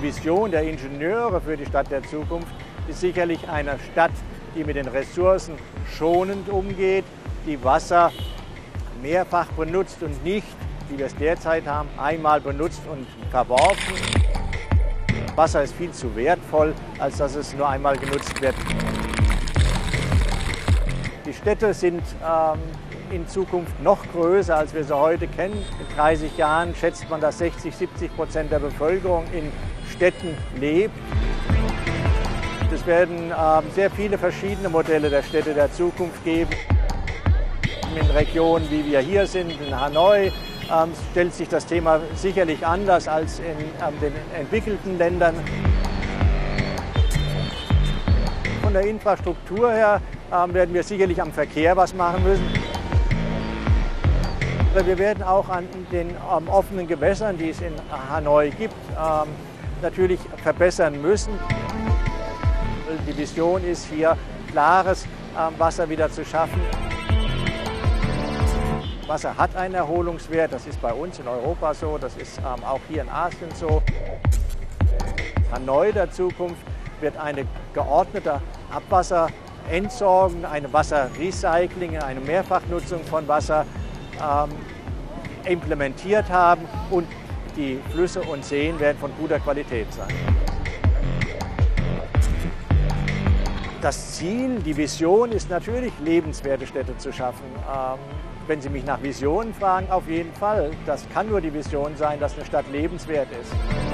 Die Vision der Ingenieure für die Stadt der Zukunft ist sicherlich eine Stadt, die mit den Ressourcen schonend umgeht, die Wasser mehrfach benutzt und nicht, wie wir es derzeit haben, einmal benutzt und verworfen. Wasser ist viel zu wertvoll, als dass es nur einmal genutzt wird. Die Städte sind in Zukunft noch größer, als wir sie heute kennen. In 30 Jahren schätzt man, dass 60–70% der Bevölkerung in Städten lebt. Es werden sehr viele verschiedene Modelle der Städte der Zukunft geben. In Regionen, wie wir hier sind, in Hanoi, stellt sich das Thema sicherlich anders als in den entwickelten Ländern. Von der Infrastruktur her werden wir sicherlich am Verkehr was machen müssen. Wir werden auch an den offenen Gewässern, die es in Hanoi gibt, natürlich verbessern müssen. Die Vision ist hier, klares Wasser wieder zu schaffen. Wasser hat einen Erholungswert, das ist bei uns in Europa so, das ist auch hier in Asien so. Hanoi der Zukunft wird eine geordnete Abwasserentsorgung, eine Wasserrecycling, eine Mehrfachnutzung von Wasser implementiert haben und die Flüsse und Seen werden von guter Qualität sein. Das Ziel, die Vision ist natürlich, lebenswerte Städte zu schaffen. Wenn Sie mich nach Visionen fragen, auf jeden Fall. Das kann nur die Vision sein, dass eine Stadt lebenswert ist.